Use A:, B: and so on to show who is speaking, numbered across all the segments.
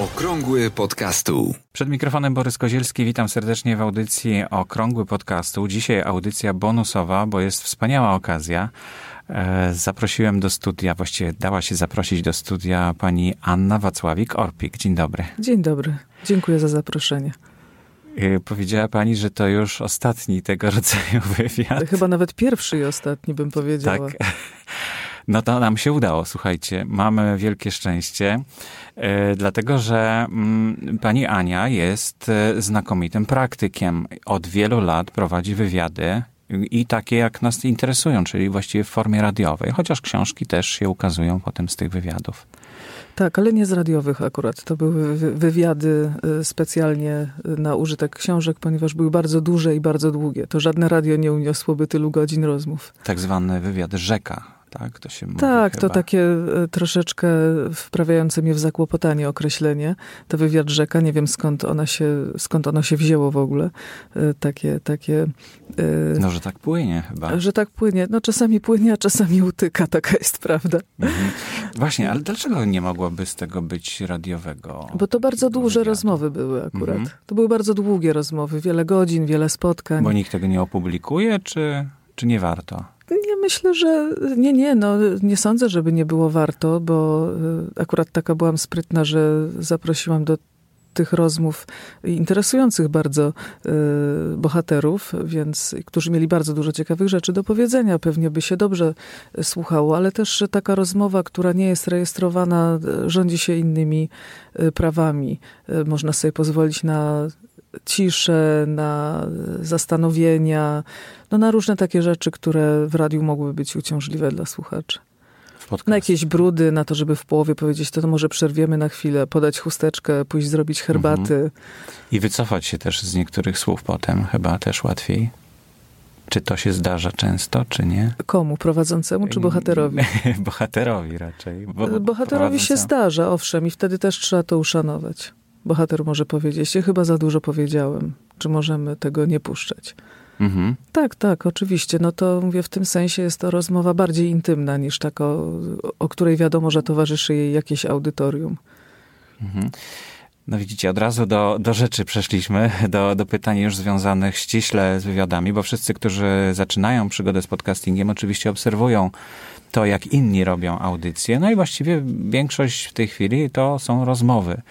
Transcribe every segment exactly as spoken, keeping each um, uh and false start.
A: Okrągły podcastu.
B: Przed mikrofonem Borys Kozielski, witam serdecznie w audycji Okrągły podcastu. Dzisiaj audycja bonusowa, bo jest wspaniała okazja. Zaprosiłem do studia, właściwie dała się zaprosić do studia pani Anna Wacławik-Orpik. Dzień dobry.
C: Dzień dobry. Dziękuję za zaproszenie.
B: Powiedziała pani, że to już ostatni tego rodzaju wywiad.
C: Chyba nawet pierwszy i ostatni, bym powiedziała.
B: Tak. No to nam się udało, słuchajcie. Mamy wielkie szczęście, yy, dlatego że yy, pani Ania jest yy, znakomitym praktykiem. Od wielu lat prowadzi wywiady i takie, jak nas interesują, czyli właściwie w formie radiowej. Chociaż książki też się ukazują potem z tych wywiadów.
C: Tak, ale nie z radiowych akurat. To były wywiady specjalnie na użytek książek, ponieważ były bardzo duże i bardzo długie. To żadne radio nie uniosłoby tylu godzin rozmów.
B: Tak zwany wywiad rzeka. Tak, to się mówi
C: tak,
B: chyba.
C: To takie troszeczkę wprawiające mnie w zakłopotanie określenie. To wywiad rzeka, nie wiem skąd ona się, skąd ono się wzięło w ogóle. Takie, takie...
B: No, że tak płynie chyba.
C: Że tak płynie. No czasami płynie, a czasami utyka, taka jest prawda.
B: Mhm. Właśnie, ale dlaczego nie mogłoby z tego być radiowego?
C: Bo to bardzo duże
B: wywiadu?
C: rozmowy były akurat.
B: Mhm.
C: To były bardzo długie rozmowy, wiele godzin, wiele spotkań.
B: Bo nikt tego nie opublikuje, czy, czy nie warto?
C: Nie, myślę, że nie, nie, no nie sądzę, żeby nie było warto, bo akurat taka byłam sprytna, że zaprosiłam do tych rozmów interesujących bardzo y, bohaterów, więc, którzy mieli bardzo dużo ciekawych rzeczy do powiedzenia. Pewnie by się dobrze słuchało, ale też że taka rozmowa, która nie jest rejestrowana, rządzi się innymi y, prawami. Y, można sobie pozwolić na ciszę, na zastanowienia, no na różne takie rzeczy, które w radiu mogłyby być uciążliwe dla słuchaczy. Na jakieś brudy, na to, żeby w połowie powiedzieć, to, to może przerwiemy na chwilę, podać chusteczkę, pójść zrobić herbaty. Mhm.
B: I wycofać się też z niektórych słów potem, chyba też łatwiej. Czy to się zdarza często, czy nie?
C: Komu? Prowadzącemu czy bohaterowi?
B: Bohaterowi raczej. Bo,
C: bohaterowi się zdarza, owszem, i wtedy też trzeba to uszanować. Bohater może powiedzieć, ja chyba za dużo powiedziałem. Czy możemy tego nie puszczać? Mhm. Tak, tak, oczywiście. No to mówię, w tym sensie jest to rozmowa bardziej intymna niż taka, o, o której wiadomo, że towarzyszy jej jakieś audytorium.
B: Mhm. No widzicie, od razu do, do rzeczy przeszliśmy, do, do pytań już związanych ściśle z wywiadami, bo wszyscy, którzy zaczynają przygodę z podcastingiem, oczywiście obserwują to, jak inni robią audycje. No i właściwie większość w tej chwili to są rozmowy.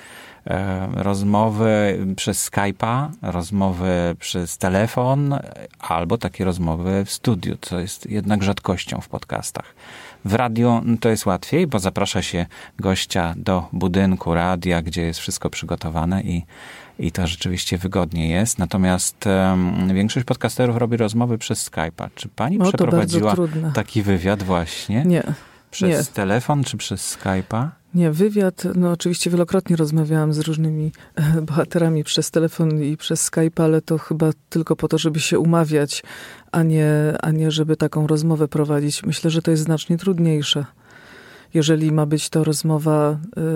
B: Rozmowy przez Skype'a, rozmowy przez telefon, albo takie rozmowy w studiu, co jest jednak rzadkością w podcastach. W radiu to jest łatwiej, bo zaprasza się gościa do budynku radia, gdzie jest wszystko przygotowane i, i to rzeczywiście wygodnie jest. Natomiast um, większość podcasterów robi rozmowy przez Skype'a. Czy pani
C: o,
B: przeprowadziła taki wywiad właśnie?
C: Nie.
B: Przez
C: nie.
B: telefon czy przez Skype'a?
C: Nie, wywiad, no oczywiście wielokrotnie rozmawiałam z różnymi bohaterami przez telefon i przez Skype, ale to chyba tylko po to, żeby się umawiać, a nie, a nie żeby taką rozmowę prowadzić. Myślę, że to jest znacznie trudniejsze. Jeżeli ma być to rozmowa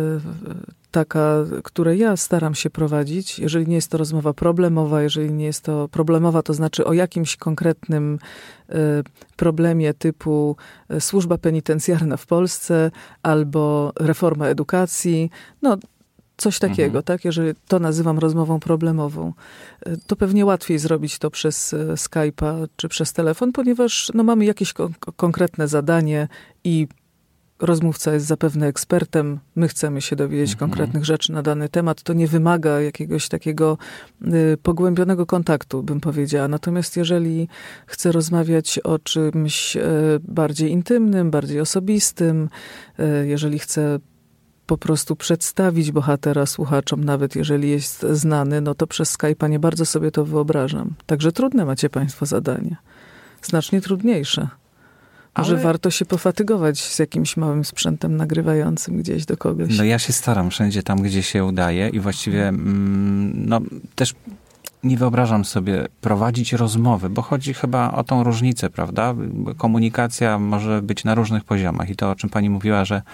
C: y, taka, której ja staram się prowadzić, jeżeli nie jest to rozmowa problemowa, jeżeli nie jest to problemowa, to znaczy o jakimś konkretnym y, problemie typu y, służba penitencjarna w Polsce albo reforma edukacji, no coś takiego, mhm. tak? Jeżeli to nazywam rozmową problemową, y, to pewnie łatwiej zrobić to przez y, Skype'a czy przez telefon, ponieważ no, mamy jakieś kon- konkretne zadanie i rozmówca jest zapewne ekspertem, my chcemy się dowiedzieć mhm. konkretnych rzeczy na dany temat, to nie wymaga jakiegoś takiego y, pogłębionego kontaktu, bym powiedziała. Natomiast jeżeli chcę rozmawiać o czymś y, bardziej intymnym, bardziej osobistym, y, jeżeli chcę po prostu przedstawić bohatera słuchaczom, nawet jeżeli jest znany, no to przez Skype'a nie bardzo sobie to wyobrażam. Także trudne macie państwo zadanie. Znacznie trudniejsze. Może Ale... warto się pofatygować z jakimś małym sprzętem nagrywającym gdzieś do kogoś.
B: No ja się staram wszędzie tam, gdzie się udaje i właściwie mm, no też nie wyobrażam sobie prowadzić rozmowy, bo chodzi chyba o tą różnicę, prawda? Komunikacja może być na różnych poziomach i to, o czym pani mówiła, że,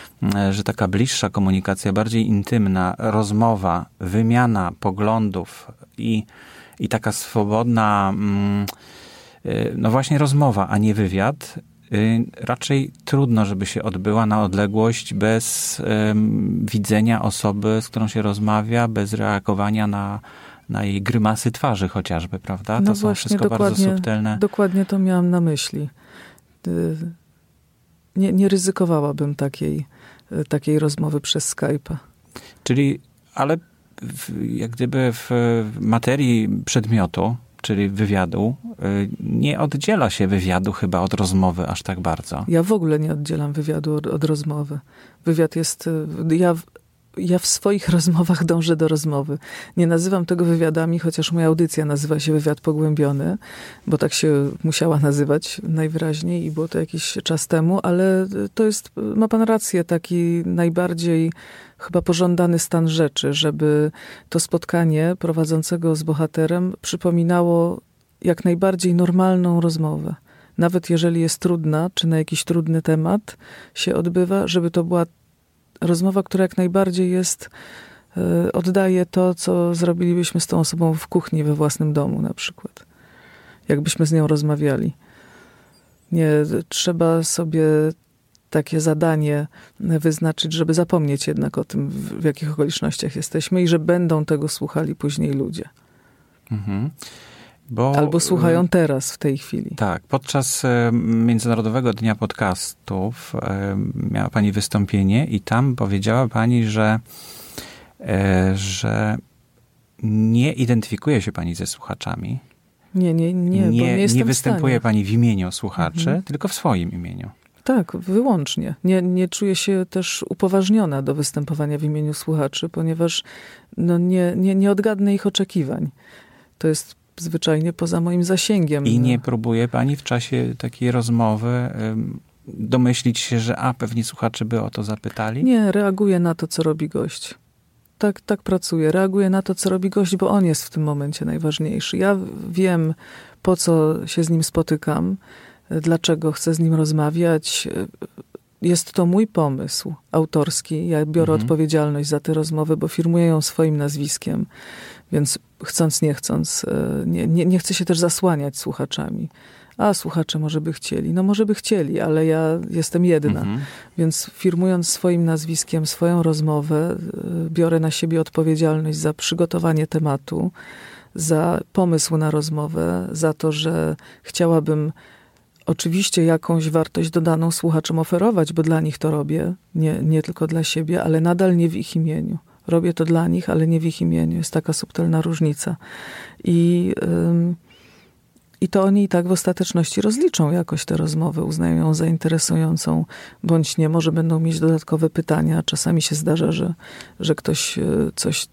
B: że taka bliższa komunikacja, bardziej intymna, rozmowa, wymiana poglądów i, i taka swobodna, no właśnie rozmowa, a nie wywiad, raczej trudno, żeby się odbyła na odległość bez um, widzenia osoby, z którą się rozmawia, bez reagowania na, na jej grymasy twarzy chociażby, prawda? To
C: no
B: są
C: właśnie,
B: wszystko bardzo subtelne.
C: Dokładnie to miałam na myśli. Nie, nie ryzykowałabym takiej, takiej rozmowy przez Skype'a.
B: Czyli, ale w, jak gdyby w materii przedmiotu, czyli wywiadu, nie oddziela się wywiadu chyba od rozmowy aż tak bardzo.
C: Ja w ogóle nie oddzielam wywiadu od, od rozmowy. Wywiad jest... Ja, ja w swoich rozmowach dążę do rozmowy. Nie nazywam tego wywiadami, chociaż moja audycja nazywa się Wywiad Pogłębiony, bo tak się musiała nazywać najwyraźniej i było to jakiś czas temu, ale to jest, ma pan rację, taki najbardziej chyba pożądany stan rzeczy, żeby to spotkanie prowadzącego z bohaterem przypominało jak najbardziej normalną rozmowę. Nawet jeżeli jest trudna, czy na jakiś trudny temat się odbywa, żeby to była rozmowa, która jak najbardziej jest, y, oddaje to, co zrobilibyśmy z tą osobą w kuchni we własnym domu na przykład. Jakbyśmy z nią rozmawiali. Nie, trzeba sobie takie zadanie wyznaczyć, żeby zapomnieć jednak o tym, w, w jakich okolicznościach jesteśmy i że będą tego słuchali później ludzie.
B: Mhm. Bo,
C: albo słuchają teraz, w tej chwili.
B: Tak. Podczas Międzynarodowego Dnia Podcastów miała pani wystąpienie i tam powiedziała pani, że, że nie identyfikuje się pani ze słuchaczami.
C: Nie, nie, nie,
B: nie,
C: bo nie jestem
B: nie występuje
C: w stanie.
B: pani w imieniu słuchaczy,
C: mhm.
B: tylko w swoim imieniu.
C: Tak, wyłącznie. Nie, nie czuję się też upoważniona do występowania w imieniu słuchaczy, ponieważ no nie, nie, nie odgadnę ich oczekiwań. To jest zwyczajnie poza moim zasięgiem.
B: I nie próbuje pani w czasie takiej rozmowy domyślić się, że a, pewnie słuchacze by o to zapytali?
C: Nie, reaguję na to, co robi gość. Tak, tak pracuję. Reaguję na to, co robi gość, bo on jest w tym momencie najważniejszy. Ja wiem, po co się z nim spotykam, dlaczego chcę z nim rozmawiać. Jest to mój pomysł autorski. Ja biorę mhm. odpowiedzialność za tę rozmowę, bo firmuję ją swoim nazwiskiem. Więc chcąc, nie chcąc, nie, nie, nie chcę się też zasłaniać słuchaczami. A słuchacze może by chcieli. No może by chcieli, ale ja jestem jedna. Mhm. Więc firmując swoim nazwiskiem swoją rozmowę, biorę na siebie odpowiedzialność za przygotowanie tematu, za pomysł na rozmowę, za to, że chciałabym oczywiście jakąś wartość dodaną słuchaczom oferować, bo dla nich to robię, nie, nie tylko dla siebie, ale nadal nie w ich imieniu. Robię to dla nich, ale nie w ich imieniu. Jest taka subtelna różnica. I, ym, i to oni i tak w ostateczności rozliczą jakoś tę rozmowę, uznają ją za interesującą, bądź nie. Może będą mieć dodatkowe pytania. Czasami się zdarza, że, że ktoś coś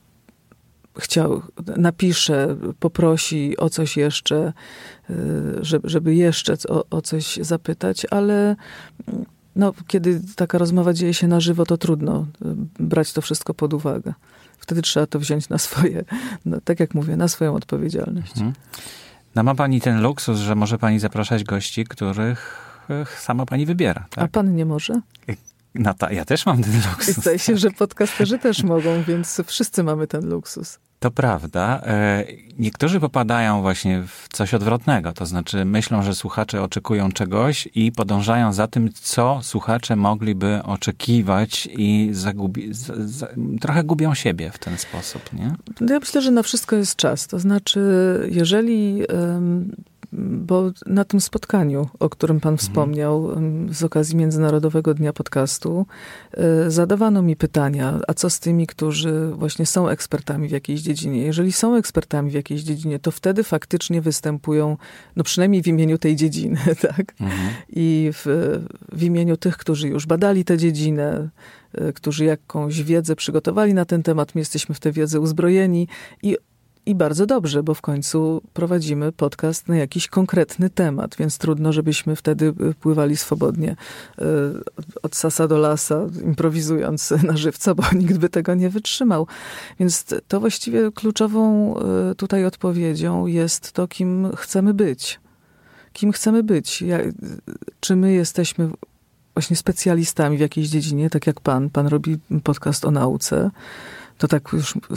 C: chciał, napisze, poprosi o coś jeszcze, żeby, żeby jeszcze o, o coś zapytać, ale no, kiedy taka rozmowa dzieje się na żywo, to trudno brać to wszystko pod uwagę. Wtedy trzeba to wziąć na swoje, no, tak jak mówię, na swoją odpowiedzialność.
B: Mhm. No ma pani ten luksus, że może pani zapraszać gości, których sama pani wybiera. Tak?
C: A pan nie może?
B: No ta, ja też mam ten luksus.
C: Zdaje się, że podcasterzy też mogą, więc wszyscy mamy ten luksus.
B: To prawda. Niektórzy popadają właśnie w coś odwrotnego. To znaczy myślą, że słuchacze oczekują czegoś i podążają za tym, co słuchacze mogliby oczekiwać i zagubi, z, z, trochę gubią siebie w ten sposób, nie?
C: Ja myślę, że na wszystko jest czas. To znaczy, jeżeli... Um, bo na tym spotkaniu, o którym pan wspomniał, z okazji Międzynarodowego Dnia Podcastu, zadawano mi pytania, a co z tymi, którzy właśnie są ekspertami w jakiejś dziedzinie? Jeżeli są ekspertami w jakiejś dziedzinie, to wtedy faktycznie występują, no przynajmniej w imieniu tej dziedziny, tak? Mhm. I w, w imieniu tych, którzy już badali tę dziedzinę, którzy jakąś wiedzę przygotowali na ten temat, my jesteśmy w tę wiedzę uzbrojeni i I bardzo dobrze, bo w końcu prowadzimy podcast na jakiś konkretny temat, więc trudno, żebyśmy wtedy pływali swobodnie od sasa do lasa, improwizując na żywca, bo nikt by tego nie wytrzymał. Więc to właściwie kluczową tutaj odpowiedzią jest to, kim chcemy być. Kim chcemy być. Czy my jesteśmy właśnie specjalistami w jakiejś dziedzinie, tak jak pan. Pan robi podcast o nauce. To tak już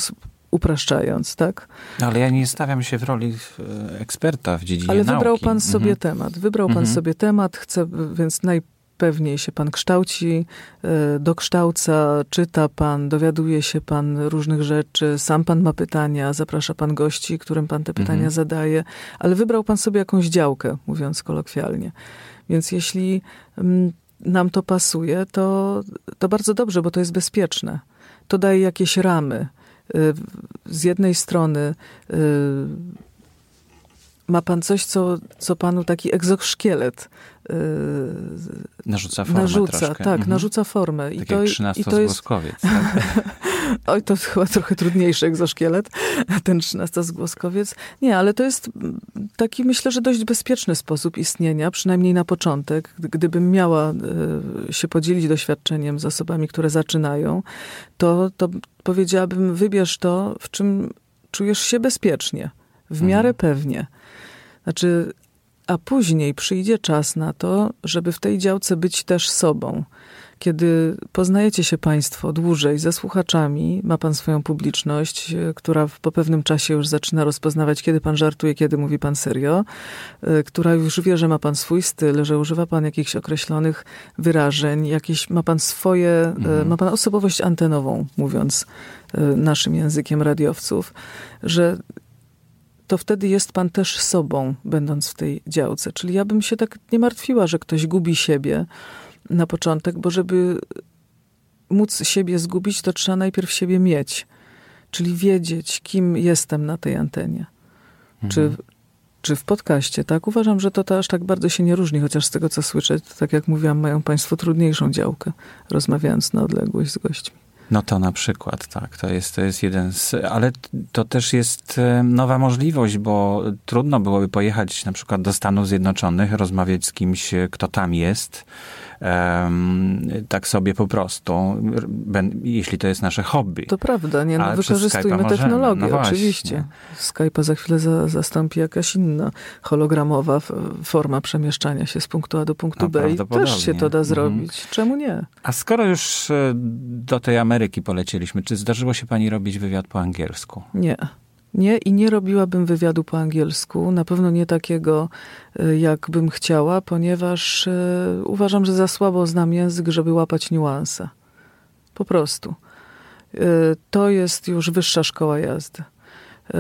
C: upraszczając, tak?
B: No, ale ja nie stawiam się w roli eksperta w dziedzinie
C: Ale
B: nauki.
C: wybrał pan sobie
B: mhm.
C: temat. Wybrał pan
B: mhm.
C: sobie temat, chce, więc najpewniej się pan kształci, dokształca, czyta pan, dowiaduje się pan różnych rzeczy, sam pan ma pytania, zaprasza pan gości, którym pan te pytania mhm. zadaje, ale wybrał pan sobie jakąś działkę, mówiąc kolokwialnie. Więc jeśli nam to pasuje, to, to bardzo dobrze, bo to jest bezpieczne. To daje jakieś ramy. Z jednej strony ma pan coś, co, co panu taki egzoszkielet
B: narzuca formę
C: narzuca,
B: troszkę.
C: tak,
B: mhm.
C: narzuca formę. I
B: tak
C: to,
B: jak
C: i to
B: trzynastozgłoskowiec.
C: jest...
B: Tak?
C: Oj, to chyba trochę trudniejszy egzoszkielet, ten trzynastozgłoskowiec. Nie, ale to jest taki, myślę, że dość bezpieczny sposób istnienia, przynajmniej na początek. Gdybym miała się podzielić doświadczeniem z osobami, które zaczynają, to, to powiedziałabym, wybierz to, w czym czujesz się bezpiecznie, w miarę mhm. pewnie. Znaczy, a później przyjdzie czas na to, żeby w tej działce być też sobą. Kiedy poznajecie się państwo dłużej ze słuchaczami, ma pan swoją publiczność, która po pewnym czasie już zaczyna rozpoznawać, kiedy pan żartuje, kiedy mówi pan serio, która już wie, że ma pan swój styl, że używa pan jakichś określonych wyrażeń, jakieś, ma pan swoje, mhm. ma pan osobowość antenową, mówiąc naszym językiem radiowców, że to wtedy jest pan też sobą, będąc w tej działce. Czyli ja bym się tak nie martwiła, że ktoś gubi siebie na początek, bo żeby móc siebie zgubić, to trzeba najpierw siebie mieć. Czyli wiedzieć, kim jestem na tej antenie. Mhm. Czy, czy w podcaście, tak? Uważam, że to, to aż tak bardzo się nie różni, chociaż z tego, co słyszę, to, tak jak mówiłam, mają państwo trudniejszą działkę, rozmawiając na odległość z gośćmi.
B: No to na przykład, tak, to jest, to jest jeden z... Ale to też jest nowa możliwość, bo trudno byłoby pojechać na przykład do Stanów Zjednoczonych, rozmawiać z kimś, kto tam jest, um, tak sobie po prostu, ben, jeśli to jest nasze hobby.
C: To prawda, nie? No, wykorzystujmy technologię, no oczywiście. Skype'a za chwilę za, zastąpi jakaś inna hologramowa forma przemieszczania się z punktu A do punktu
B: no,
C: B i też się to da zrobić. Mhm. Czemu nie?
B: A skoro już do tej Ameryki polecieliśmy, czy zdarzyło się pani robić wywiad po angielsku?
C: Nie. Nie i nie robiłabym wywiadu po angielsku. Na pewno nie takiego, jak bym chciała, ponieważ y, uważam, że za słabo znam język, żeby łapać niuanse. Po prostu. Y, to jest już wyższa szkoła jazdy. Y,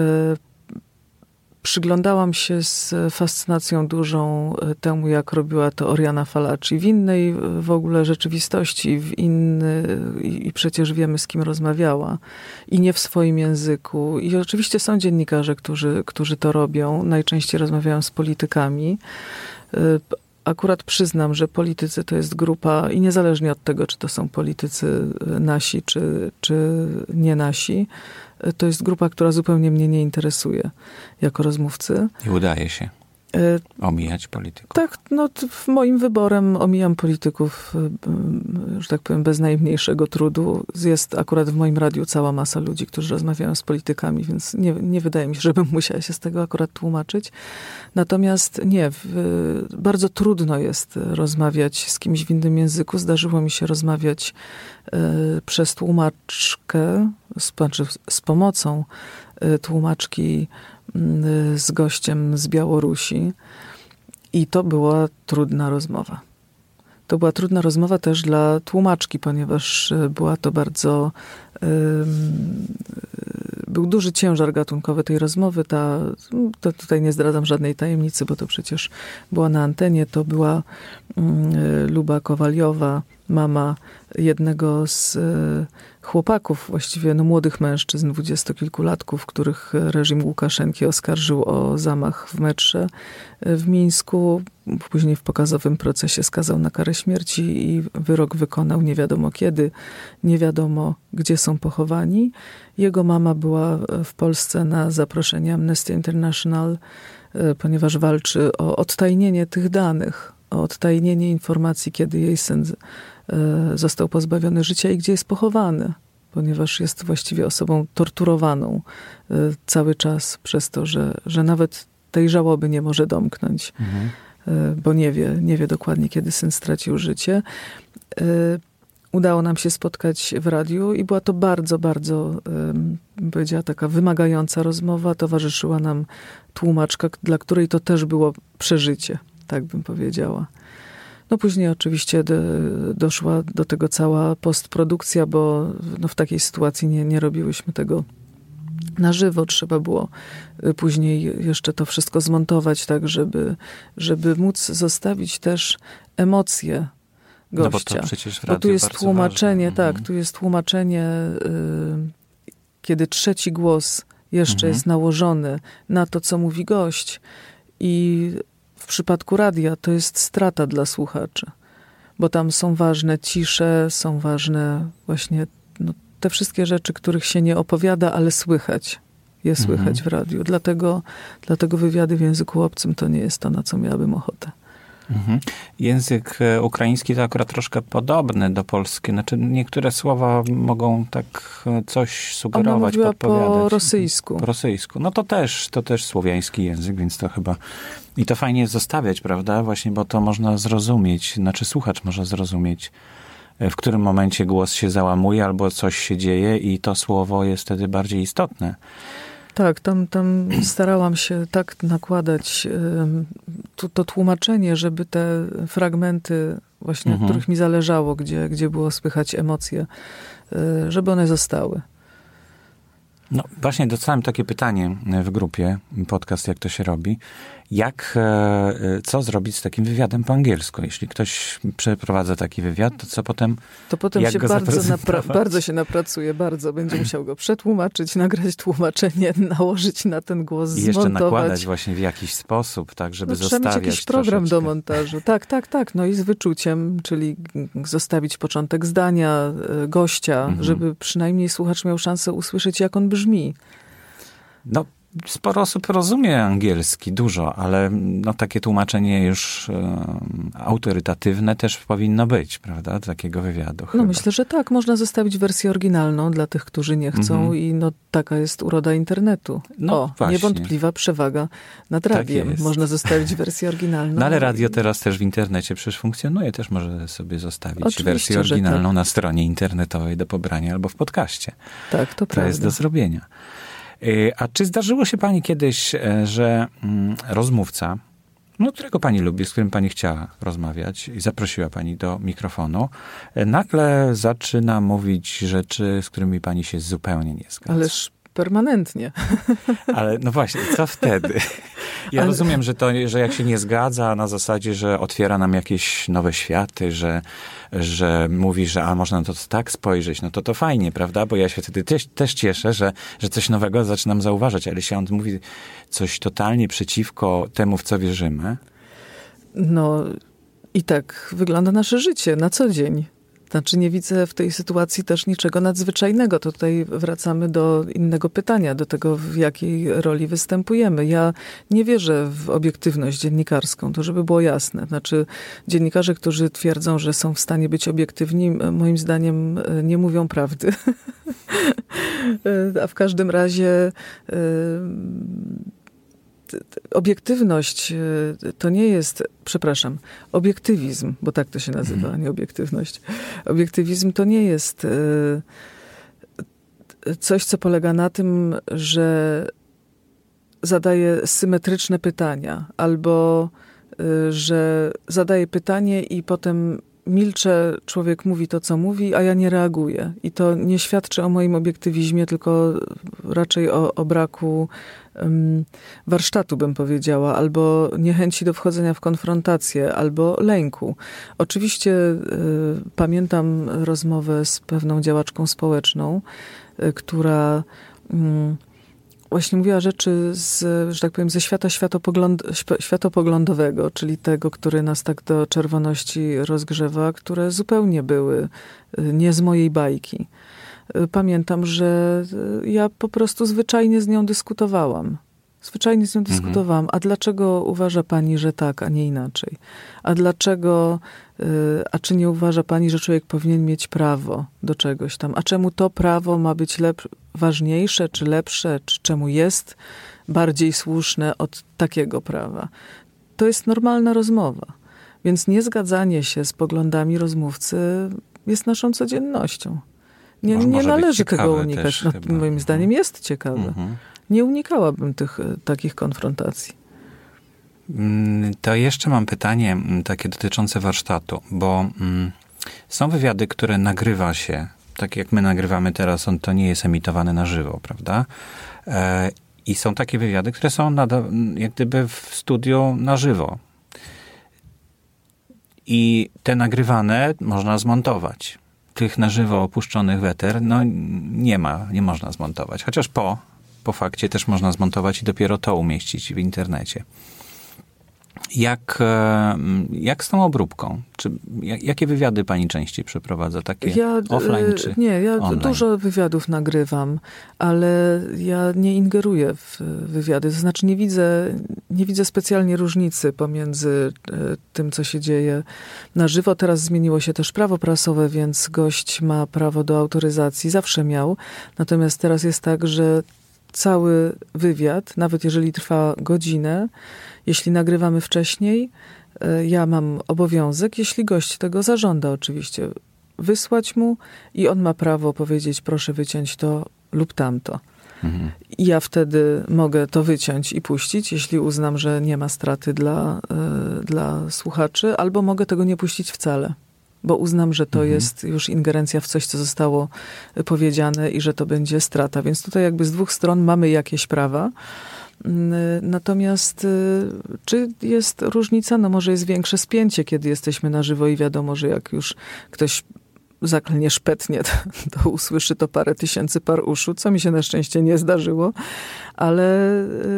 C: Przyglądałam się z fascynacją dużą temu, jak robiła to Oriana Fallaci w innej w ogóle rzeczywistości, w inny, i przecież wiemy, z kim rozmawiała, i nie w swoim języku. I oczywiście są dziennikarze, którzy, którzy to robią. Najczęściej rozmawiają z politykami. Akurat przyznam, że politycy to jest grupa, i niezależnie od tego, czy to są politycy nasi, czy, czy nie nasi, to jest grupa, która zupełnie mnie nie interesuje jako rozmówcy.
B: I udaje się omijać polityków.
C: Tak, no w moim wyborem omijam polityków, że tak powiem, bez najmniejszego trudu. Jest akurat w moim radiu cała masa ludzi, którzy rozmawiają z politykami, więc nie, nie wydaje mi się, żebym musiała się z tego akurat tłumaczyć. Natomiast nie, w, bardzo trudno jest rozmawiać z kimś w innym języku. Zdarzyło mi się rozmawiać y, przez tłumaczkę, z, znaczy z pomocą y, tłumaczki z gościem z Białorusi i to była trudna rozmowa. To była trudna rozmowa też dla tłumaczki, ponieważ była to bardzo... Um, był duży ciężar gatunkowy tej rozmowy. Ta, to tutaj nie zdradzam żadnej tajemnicy, bo to przecież była na antenie. To była um, Luba Kowaliowa, mama jednego z e, chłopaków, właściwie no, młodych mężczyzn, dwudziestokilkulatków, których reżim Łukaszenki oskarżył o zamach w metrze w Mińsku. Później w pokazowym procesie skazał na karę śmierci i wyrok wykonał nie wiadomo kiedy, nie wiadomo gdzie są pochowani. Jego mama była w Polsce na zaproszenie Amnesty International, e, ponieważ walczy o odtajnienie tych danych, o odtajnienie informacji, kiedy jej syn został pozbawiony życia i gdzie jest pochowany, ponieważ jest właściwie osobą torturowaną cały czas przez to, że, że nawet tej żałoby nie może domknąć, mhm. bo nie wie, nie wie dokładnie, kiedy syn stracił życie. udało nam się spotkać w radiu i była to bardzo, bardzo, bym powiedziała, taka wymagająca rozmowa. Towarzyszyła nam tłumaczka, dla której to też było przeżycie, tak bym powiedziała. No później oczywiście do, doszła do tego cała postprodukcja, bo no w takiej sytuacji nie, nie robiłyśmy tego na żywo. Trzeba było później jeszcze to wszystko zmontować tak, żeby, żeby móc zostawić też emocje gościa.
B: No bo to przecież w
C: bo tu jest tłumaczenie,
B: ważne.
C: tak, tu jest tłumaczenie, y, kiedy trzeci głos jeszcze mhm. jest nałożony na to, co mówi gość. I w przypadku radia to jest strata dla słuchaczy, bo tam są ważne cisze, są ważne właśnie no, te wszystkie rzeczy, których się nie opowiada, ale słychać. Je słychać mhm. w radiu. Dlatego, dlatego wywiady w języku obcym to nie jest to, na co miałabym ochotę.
B: Mhm. Język ukraiński to akurat troszkę podobny do polskiego. Znaczy niektóre słowa mogą tak coś sugerować,
C: Ona
B: podpowiadać.
C: po rosyjsku.
B: Po rosyjsku. No to też, to też słowiański język, więc to chyba... I to fajnie jest zostawiać, prawda? Właśnie, bo to można zrozumieć, znaczy słuchacz może zrozumieć, w którym momencie głos się załamuje albo coś się dzieje i to słowo jest wtedy bardziej istotne.
C: Tak, tam, tam starałam się tak nakładać to, to tłumaczenie, żeby te fragmenty właśnie, mhm. których mi zależało, gdzie, gdzie było słychać emocje, żeby one zostały.
B: No właśnie dostałem takie pytanie w grupie, podcast Jak to się robi. Jak, co zrobić z takim wywiadem po angielsku? Jeśli ktoś przeprowadza taki wywiad, to co potem?
C: To potem się bardzo, napra- bardzo się napracuje, bardzo. Będzie musiał go przetłumaczyć, nagrać tłumaczenie, nałożyć na ten głos,
B: i jeszcze
C: zmontować.
B: nakładać właśnie w jakiś sposób, tak, żeby
C: no,
B: zostawiać
C: trzeba mieć jakiś program
B: troszeczkę.
C: do montażu. Tak, tak, tak. No i z wyczuciem, czyli zostawić początek zdania gościa, mhm. żeby przynajmniej słuchacz miał szansę usłyszeć, jak on brzmi.
B: No, sporo osób rozumie angielski, dużo, ale no, takie tłumaczenie już e, autorytatywne też powinno być, prawda? Takiego wywiadu.
C: No
B: chyba.
C: myślę, że tak. Można zostawić wersję oryginalną dla tych, którzy nie chcą mm-hmm. i no taka jest uroda internetu.
B: No,
C: o,
B: właśnie.
C: Niewątpliwa przewaga nad radiem.
B: Tak
C: Można zostawić wersję oryginalną.
B: No ale radio teraz też w internecie przecież funkcjonuje. Też może sobie zostawić
C: Oczywiście,
B: wersję oryginalną
C: tak.
B: na stronie internetowej do pobrania albo w podcaście.
C: Tak, to, to prawda.
B: To jest do zrobienia. A czy zdarzyło się pani kiedyś, że rozmówca, no, którego pani lubi, z którym pani chciała rozmawiać i zaprosiła pani do mikrofonu, nagle zaczyna mówić rzeczy, z którymi pani się zupełnie nie zgadza?
C: Ależ permanentnie.
B: Ale no właśnie, co wtedy? Ja Ale... rozumiem, że, to, że jak się nie zgadza na zasadzie, że otwiera nam jakieś nowe światy, że, że mówi, że a można to tak spojrzeć, no to to fajnie, prawda? Bo ja się wtedy też, też cieszę, że, że coś nowego zaczynam zauważać. Ale jeśli on mówi coś totalnie przeciwko temu, w co wierzymy.
C: No i tak wygląda nasze życie na co dzień. Znaczy nie widzę w tej sytuacji też niczego nadzwyczajnego. To tutaj wracamy do innego pytania, do tego, w jakiej roli występujemy. Ja nie wierzę w obiektywność dziennikarską, to żeby było jasne. Znaczy dziennikarze, którzy twierdzą, że są w stanie być obiektywni, moim zdaniem nie mówią prawdy. A w każdym razie obiektywność to nie jest, przepraszam, obiektywizm, bo tak to się nazywa, a nie obiektywność. Obiektywizm to nie jest coś, co polega na tym, że zadaje symetryczne pytania, albo że zadaje pytanie i potem milczę, człowiek mówi to, co mówi, a ja nie reaguję. I to nie świadczy o moim obiektywizmie, tylko raczej o, o braku um, warsztatu, bym powiedziała, albo niechęci do wchodzenia w konfrontację, albo lęku. Oczywiście y, pamiętam rozmowę z pewną działaczką społeczną, y, która... Y, Właśnie mówiła rzeczy, z, że tak powiem, ze świata światopogląd, światopoglądowego, czyli tego, który nas tak do czerwoności rozgrzewa, które zupełnie były nie z mojej bajki. Pamiętam, że ja po prostu zwyczajnie z nią dyskutowałam. Zwyczajnie z nią mhm. dyskutowałam. A dlaczego uważa pani, że tak, a nie inaczej? A dlaczego, a czy nie uważa pani, że człowiek powinien mieć prawo do czegoś tam? A czemu to prawo ma być lep- ważniejsze, czy lepsze, czy czemu jest bardziej słuszne od takiego prawa? To jest normalna rozmowa. Więc niezgadzanie się z poglądami rozmówcy jest naszą codziennością. Nie,
B: Może
C: nie należy tego
B: ciekawe
C: unikać.
B: też,
C: No, moim zdaniem jest ciekawe.
B: Mhm.
C: Nie unikałabym tych takich konfrontacji.
B: To jeszcze mam pytanie takie dotyczące warsztatu, bo mm, są wywiady, które nagrywa się, tak jak my nagrywamy teraz, on to nie jest emitowane na żywo, prawda? E, I są takie wywiady, które są nada, jak gdyby w studiu na żywo. I te nagrywane można zmontować. Tych na żywo opuszczonych w eter, no nie ma, nie można zmontować. Chociaż po, po fakcie też można zmontować i dopiero to umieścić w internecie. Jak, jak z tą obróbką? Czy, jak, jakie wywiady pani częściej przeprowadza? Takie
C: ja,
B: offline czy
C: Nie, ja
B: online?
C: Dużo wywiadów nagrywam, ale ja nie ingeruję w wywiady. To znaczy nie widzę, nie widzę specjalnie różnicy pomiędzy tym, co się dzieje na żywo. Teraz zmieniło się też prawo prasowe, więc gość ma prawo do autoryzacji. Zawsze miał. Natomiast teraz jest tak, że cały wywiad, nawet jeżeli trwa godzinę, jeśli nagrywamy wcześniej, ja mam obowiązek, jeśli gość tego zażąda oczywiście, wysłać mu i on ma prawo powiedzieć, proszę wyciąć to lub tamto. Mhm. I ja wtedy mogę to wyciąć i puścić, jeśli uznam, że nie ma straty dla, dla słuchaczy, albo mogę tego nie puścić wcale, bo uznam, że to mhm. jest już ingerencja w coś, co zostało powiedziane i że to będzie strata. Więc tutaj jakby z dwóch stron mamy jakieś prawa. Natomiast czy jest różnica? No może jest większe spięcie, kiedy jesteśmy na żywo i wiadomo, że jak już ktoś zaklnie szpetnie, to, to usłyszy to parę tysięcy par uszu, co mi się na szczęście nie zdarzyło, ale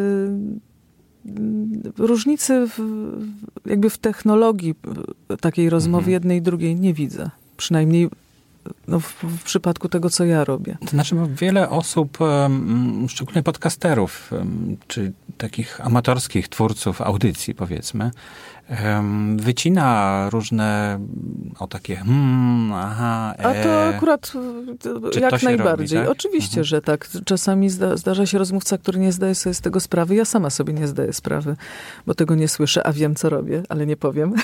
C: różnicy w, jakby w technologii takiej rozmowy mhm. jednej i drugiej nie widzę. Przynajmniej no, w, w przypadku tego, co ja robię.
B: To znaczy, bo wiele osób, szczególnie podcasterów, czy takich amatorskich twórców audycji, powiedzmy, wycina różne o takie hmm, aha, e.
C: A to akurat
B: Czy
C: jak
B: to
C: najbardziej.
B: Robi, tak?
C: Oczywiście,
B: mhm.
C: że tak. Czasami zda, zdarza się rozmówca, który nie zdaje sobie z tego sprawy. Ja sama sobie nie zdaję sprawy, bo tego nie słyszę, a wiem, co robię, ale nie powiem.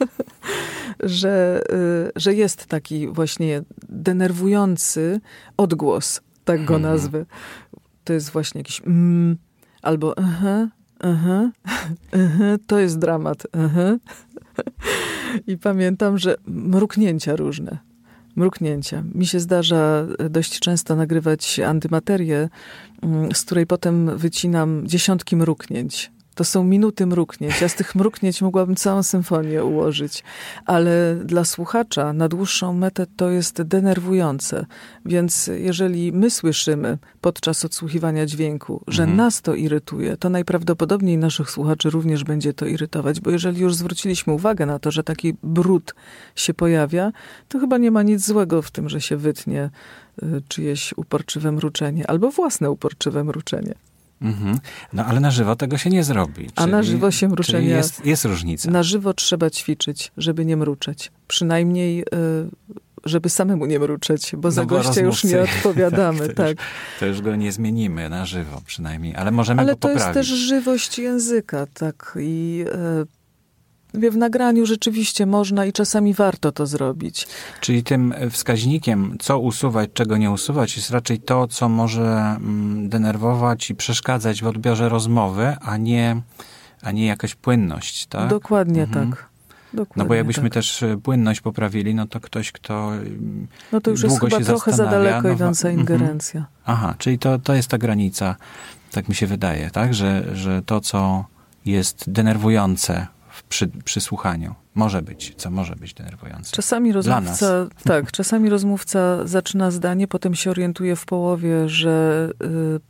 C: że, że jest taki właśnie denerwujący odgłos, tak go mhm. nazwę. To jest właśnie jakiś mm, albo aha, aha, aha, to jest dramat. Aha. I pamiętam, że mruknięcia różne. Mruknięcia. Mi się zdarza dość często nagrywać antymaterię, z której potem wycinam dziesiątki mruknięć. To są minuty mruknięć. Ja z tych mruknięć mogłabym całą symfonię ułożyć. Ale dla słuchacza na dłuższą metę to jest denerwujące. Więc jeżeli my słyszymy podczas odsłuchiwania dźwięku, że mhm. nas to irytuje, to najprawdopodobniej naszych słuchaczy również będzie to irytować. Bo jeżeli już zwróciliśmy uwagę na to, że taki brud się pojawia, to chyba nie ma nic złego w tym, że się wytnie czyjeś uporczywe mruczenie albo własne uporczywe mruczenie.
B: Mhm. No ale na żywo tego się nie zrobi.
C: A czyli, na żywo się mruczenia...
B: Jest, jest różnica.
C: Na żywo trzeba ćwiczyć, żeby nie mruczeć. Przynajmniej, żeby samemu nie mruczeć, bo no za bo gościa rozmówcy. Już nie odpowiadamy. to, tak.
B: już, to już go nie zmienimy na żywo przynajmniej, ale możemy
C: ale
B: go poprawić.
C: Ale to jest też żywość języka, tak. I w nagraniu rzeczywiście można i czasami warto to zrobić.
B: Czyli tym wskaźnikiem, co usuwać, czego nie usuwać, jest raczej to, co może denerwować i przeszkadzać w odbiorze rozmowy, a nie, a nie jakaś płynność, tak?
C: Dokładnie mhm. tak. Dokładnie
B: no bo jakbyśmy
C: tak.
B: też płynność poprawili, no to ktoś, kto
C: no to już jest chyba trochę za daleko no, idąca ingerencja.
B: Mhm. Aha, czyli to, to jest ta granica, tak mi się wydaje, tak? Że, że to, co jest denerwujące Przy, przy słuchaniu. Może być, co może być denerwujące.
C: Czasami rozmówca, tak, czasami rozmówca zaczyna zdanie, potem się orientuje w połowie, że y,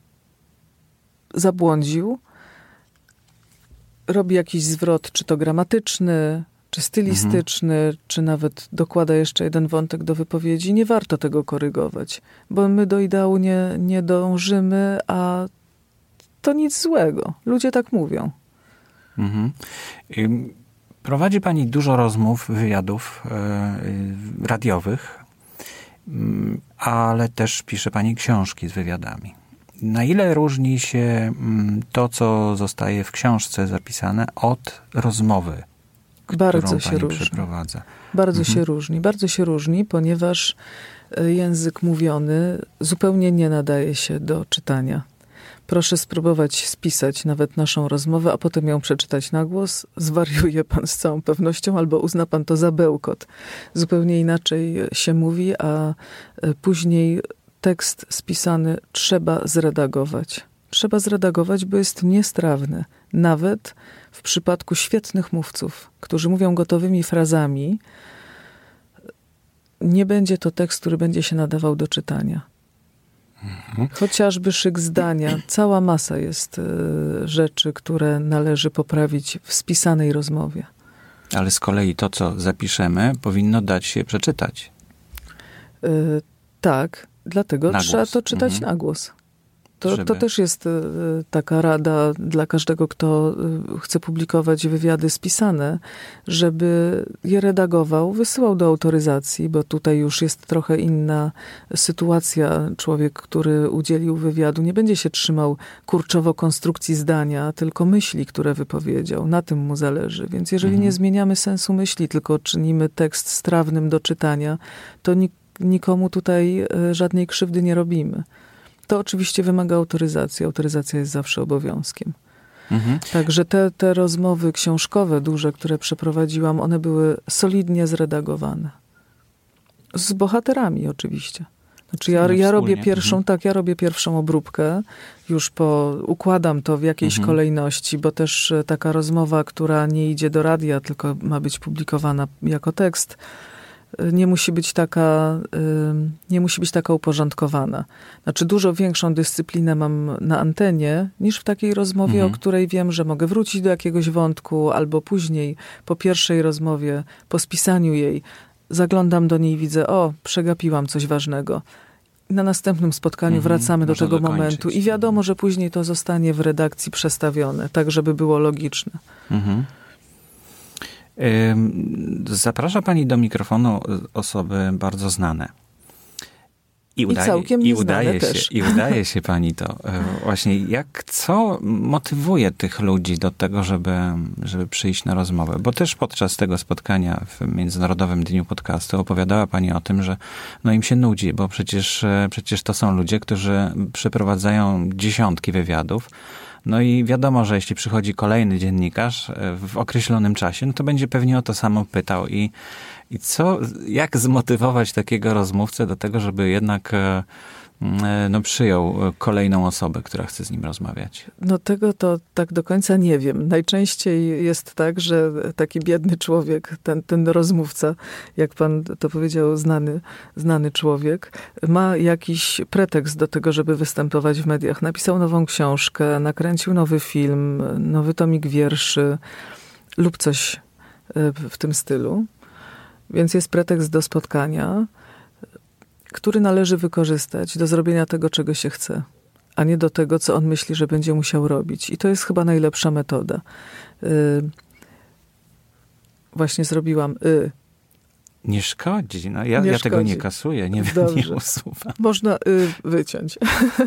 C: zabłądził. Robi jakiś zwrot, czy to gramatyczny, czy stylistyczny, mhm. czy nawet dokłada jeszcze jeden wątek do wypowiedzi. Nie warto tego korygować, bo my do ideału nie, nie dążymy, a to nic złego. Ludzie tak mówią.
B: Mhm. Prowadzi pani dużo rozmów, wywiadów yy, radiowych, yy, ale też pisze pani książki z wywiadami. Na ile różni się yy, to, co zostaje w książce zapisane, od rozmowy,
C: Bardzo
B: którą
C: się
B: pani
C: różni.
B: przeprowadza.
C: Bardzo
B: Mhm.
C: się różni. Bardzo się różni, ponieważ język mówiony zupełnie nie nadaje się do czytania. Proszę spróbować spisać nawet naszą rozmowę, a potem ją przeczytać na głos. Zwariuje pan z całą pewnością albo uzna pan to za bełkot. Zupełnie inaczej się mówi, a później tekst spisany trzeba zredagować. Trzeba zredagować, bo jest niestrawny. Nawet w przypadku świetnych mówców, którzy mówią gotowymi frazami, nie będzie to tekst, który będzie się nadawał do czytania. Mhm. Chociażby szyk zdania. Cała masa jest y, rzeczy, które należy poprawić w spisanej rozmowie.
B: Ale z kolei to, co zapiszemy, powinno dać się przeczytać.
C: Y, tak, dlatego
B: na
C: trzeba
B: głos.
C: to czytać
B: Mhm.
C: na głos. To,
B: Żeby...
C: to też jest y, taka rada dla każdego, kto y, chce publikować wywiady spisane, żeby je redagował, wysyłał do autoryzacji, bo tutaj już jest trochę inna sytuacja. Człowiek, który udzielił wywiadu, nie będzie się trzymał kurczowo konstrukcji zdania, tylko myśli, które wypowiedział. Na tym mu zależy. Więc jeżeli
B: mhm.
C: nie zmieniamy sensu myśli, tylko czynimy tekst strawnym do czytania, to nik- nikomu tutaj y, żadnej krzywdy nie robimy. To oczywiście wymaga autoryzacji. Autoryzacja jest zawsze obowiązkiem. Mhm. Także te, te rozmowy książkowe duże, które przeprowadziłam, one były solidnie zredagowane. Z bohaterami oczywiście. Znaczy ja, ja robię pierwszą, mhm. tak, ja robię pierwszą obróbkę, już po, układam to w jakiejś mhm. kolejności, bo też taka rozmowa, która nie idzie do radia, tylko ma być publikowana jako tekst, nie musi być taka, nie musi być taka uporządkowana. Znaczy dużo większą dyscyplinę mam na antenie niż w takiej rozmowie, mhm. o której wiem, że mogę wrócić do jakiegoś wątku, albo później po pierwszej rozmowie, po spisaniu jej, zaglądam do niej i widzę, o, przegapiłam coś ważnego. Na następnym spotkaniu mhm. wracamy do tego dokończyć. momentu i wiadomo, że później to zostanie w redakcji przestawione, tak żeby było logiczne. Mhm.
B: Zaprasza pani do mikrofonu osoby bardzo znane. I, udaje,
C: I całkiem
B: i udaje
C: też.
B: się, I udaje się pani to. Właśnie jak, co motywuje tych ludzi do tego, żeby, żeby przyjść na rozmowę? Bo też podczas tego spotkania w Międzynarodowym Dniu Podcastu opowiadała pani o tym, że no im się nudzi, bo przecież, przecież to są ludzie, którzy przeprowadzają dziesiątki wywiadów. No i wiadomo, że jeśli przychodzi kolejny dziennikarz w określonym czasie, no to będzie pewnie o to samo pytał. I, i co, jak zmotywować takiego rozmówcę do tego, żeby jednak no, przyjął kolejną osobę, która chce z nim rozmawiać?
C: No tego to tak do końca nie wiem. Najczęściej jest tak, że taki biedny człowiek, ten, ten rozmówca, jak pan to powiedział, znany, znany człowiek, ma jakiś pretekst do tego, żeby występować w mediach. Napisał nową książkę, nakręcił nowy film, nowy tomik wierszy lub coś w tym stylu. Więc jest pretekst do spotkania, który należy wykorzystać do zrobienia tego, czego się chce, a nie do tego, co on myśli, że będzie musiał robić. I to jest chyba najlepsza metoda. Yy, właśnie zrobiłam y.
B: Nie szkodzi. No, ja,
C: nie
B: ja
C: szkodzi.
B: tego nie kasuję, nie, nie usuwam.
C: Można y wyciąć.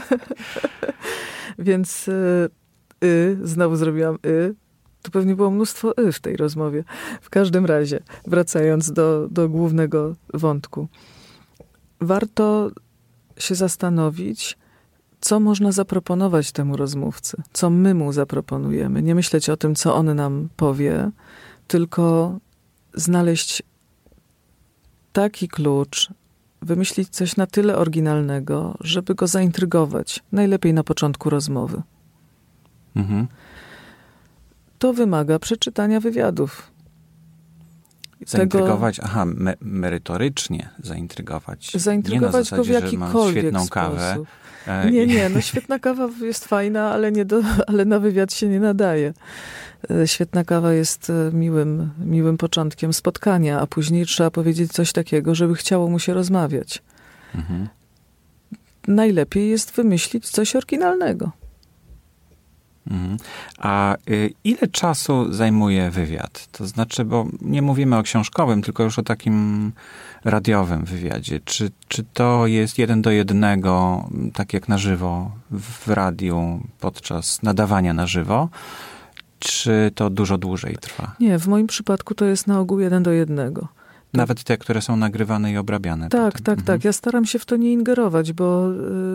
C: Więc y, y, znowu zrobiłam y. Tu pewnie było mnóstwo y w tej rozmowie. W każdym razie, wracając do, do głównego wątku. Warto się zastanowić, co można zaproponować temu rozmówcy, co my mu zaproponujemy. Nie myśleć o tym, co on nam powie, tylko znaleźć taki klucz, wymyślić coś na tyle oryginalnego, żeby go zaintrygować. Najlepiej na początku rozmowy. Mhm. To wymaga przeczytania wywiadów.
B: Zaintrygować, tego, aha, me, merytorycznie zaintrygować.
C: Zaintrygować
B: nie na zasadzie,
C: go w jakikolwiek
B: świetną
C: sposób.
B: Kawę.
C: Nie, nie, no świetna kawa jest fajna, ale, nie do, ale na wywiad się nie nadaje. Świetna kawa jest miłym, miłym początkiem spotkania, a później trzeba powiedzieć coś takiego, żeby chciało mu się rozmawiać. Mhm. Najlepiej jest wymyślić coś oryginalnego.
B: Mhm. A y, ile czasu zajmuje wywiad? To znaczy, bo nie mówimy o książkowym, tylko już o takim radiowym wywiadzie. Czy, czy to jest jeden do jednego, tak jak na żywo w radiu podczas nadawania na żywo? czy to dużo dłużej trwa?
C: Nie, w moim przypadku to jest na ogół jeden do jednego.
B: Nawet te, które są nagrywane i obrabiane.
C: Tak,
B: potem.
C: tak,
B: mhm.
C: tak. Ja staram się w to nie ingerować, bo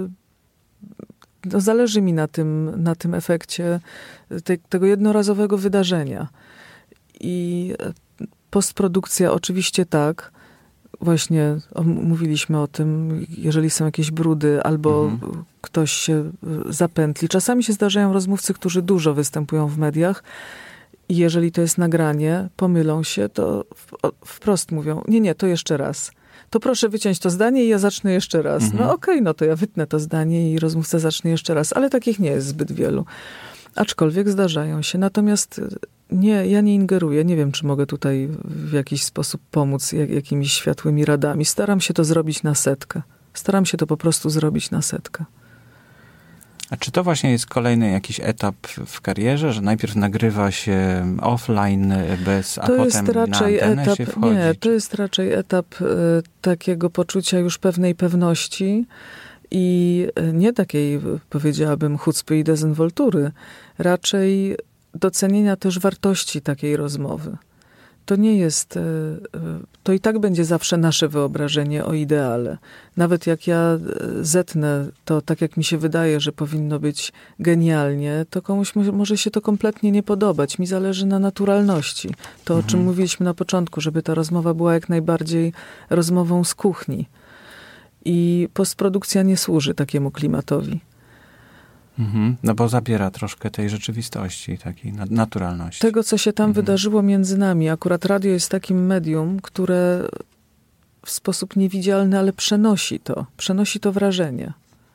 C: no, zależy mi na tym, na tym efekcie te, tego jednorazowego wydarzenia. I postprodukcja oczywiście tak. Właśnie mówiliśmy o tym, jeżeli są jakieś brudy albo mhm. ktoś się zapętli. Czasami się zdarzają rozmówcy, którzy dużo występują w mediach i jeżeli to jest nagranie, pomylą się, to wprost mówią, nie, nie, to jeszcze raz. To proszę wyciąć to zdanie i ja zacznę jeszcze raz. Mhm. No okej, okay, no to ja wytnę to zdanie i rozmówca zacznie jeszcze raz, ale takich nie jest zbyt wielu. Aczkolwiek zdarzają się. Natomiast nie, ja nie ingeruję. Nie wiem, czy mogę tutaj w jakiś sposób pomóc jak, jakimiś światłymi radami. Staram się to zrobić na setkę. Staram się to po prostu zrobić na setkę.
B: A czy to właśnie jest kolejny jakiś etap w karierze, że najpierw nagrywa się offline bez, a
C: to
B: potem
C: jest raczej
B: na antenę
C: etap,
B: się wchodzi?
C: Nie, to jest raczej etap y, takiego poczucia już pewnej pewności i nie takiej, powiedziałabym, chucpy i dezynwoltury. Raczej docenienia też wartości takiej rozmowy. To nie jest, to i tak będzie zawsze nasze wyobrażenie o ideale. Nawet jak ja zetnę to tak, jak mi się wydaje, że powinno być genialnie, to komuś może się to kompletnie nie podobać. Mi zależy na naturalności. To, mhm. o czym mówiliśmy na początku, żeby ta rozmowa była jak najbardziej rozmową z kuchni. I postprodukcja nie służy takiemu klimatowi.
B: Mhm. No bo zabiera troszkę tej rzeczywistości, takiej naturalności.
C: Tego, co się tam mhm. wydarzyło między nami. Akurat radio jest takim medium, które w sposób niewidzialny, ale przenosi to. Przenosi to wrażenie.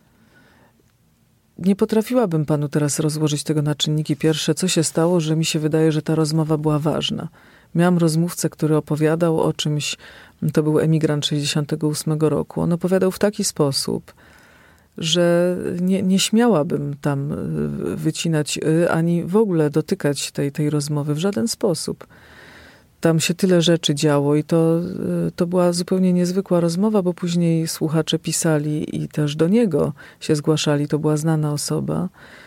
C: Nie potrafiłabym panu teraz rozłożyć tego na czynniki pierwsze. Co się stało, że mi się wydaje, że ta rozmowa była ważna. Miałam rozmówcę, który opowiadał o czymś, to był emigrant sześćdziesiątego ósmego roku. On opowiadał w taki sposób, że nie, nie śmiałabym tam wycinać, ani w ogóle dotykać tej, tej rozmowy w żaden sposób. Tam się tyle rzeczy działo i to, to była zupełnie niezwykła rozmowa, bo później słuchacze pisali i też do niego się zgłaszali. To była znana osoba.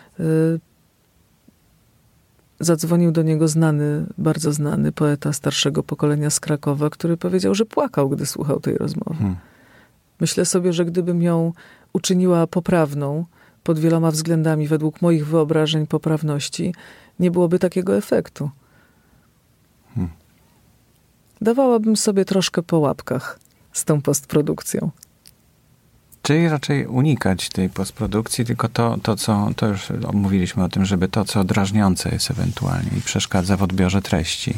C: Zadzwonił do niego znany, bardzo znany poeta starszego pokolenia z Krakowa, który powiedział, że płakał, gdy słuchał tej rozmowy. Hmm. Myślę sobie, że gdybym ją uczyniła poprawną, pod wieloma względami, według moich wyobrażeń poprawności, nie byłoby takiego efektu. Hmm. Dawałabym sobie troszkę po łapkach z tą postprodukcją.
B: Czyli raczej unikać tej postprodukcji, tylko to, to, co, to już mówiliśmy o tym, żeby to, co drażniące jest ewentualnie i przeszkadza w odbiorze treści.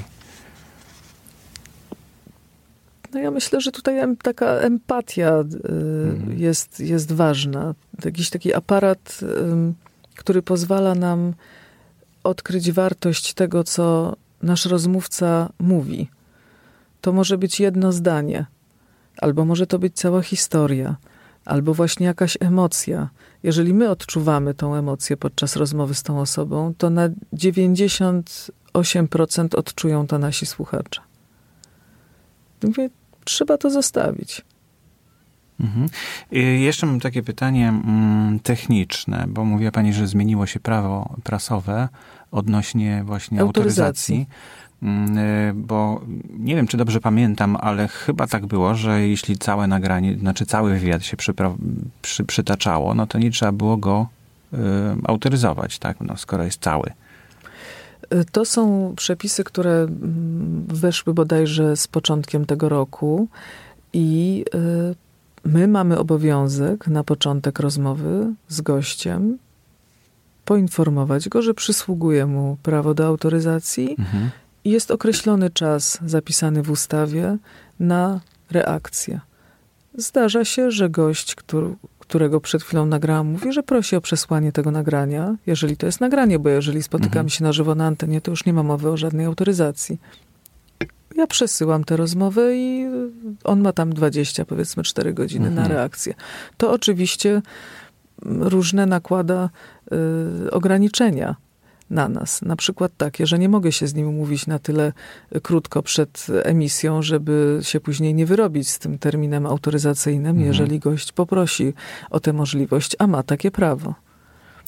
C: No ja myślę, że tutaj taka empatia y, mhm. jest, jest ważna. Jakiś taki aparat, y, który pozwala nam odkryć wartość tego, co nasz rozmówca mówi. To może być jedno zdanie, albo może to być cała historia, albo właśnie jakaś emocja. Jeżeli my odczuwamy tą emocję podczas rozmowy z tą osobą, to na dziewięćdziesiąt osiem procent odczują to nasi słuchacze. Mówię, trzeba to zostawić.
B: Mhm. I jeszcze mam takie pytanie mm, techniczne, bo mówiła pani, że zmieniło się prawo prasowe odnośnie właśnie autoryzacji. autoryzacji. Bo nie wiem, czy dobrze pamiętam, ale chyba tak było, że jeśli całe nagranie, znaczy cały wywiad się przypra- przy, przytaczało, no to nie trzeba było go y, autoryzować, tak? No, skoro jest cały.
C: To są przepisy, które weszły bodajże z początkiem tego roku i my mamy obowiązek na początek rozmowy z gościem poinformować go, że przysługuje mu prawo do autoryzacji mhm. i jest określony czas zapisany w ustawie na reakcję. Zdarza się, że gość, który którego przed chwilą nagrałam, mówi, że prosi o przesłanie tego nagrania, jeżeli to jest nagranie, bo jeżeli spotykamy mhm. się na żywo na antenie, to już nie ma mowy o żadnej autoryzacji. Ja przesyłam tę rozmowę i on ma tam dwadzieścia, powiedzmy cztery godziny mhm. na reakcję. To oczywiście różne nakłada y, ograniczenia na nas. Na przykład takie, że nie mogę się z nim umówić na tyle krótko przed emisją, żeby się później nie wyrobić z tym terminem autoryzacyjnym, mhm. jeżeli gość poprosi o tę możliwość, a ma takie prawo.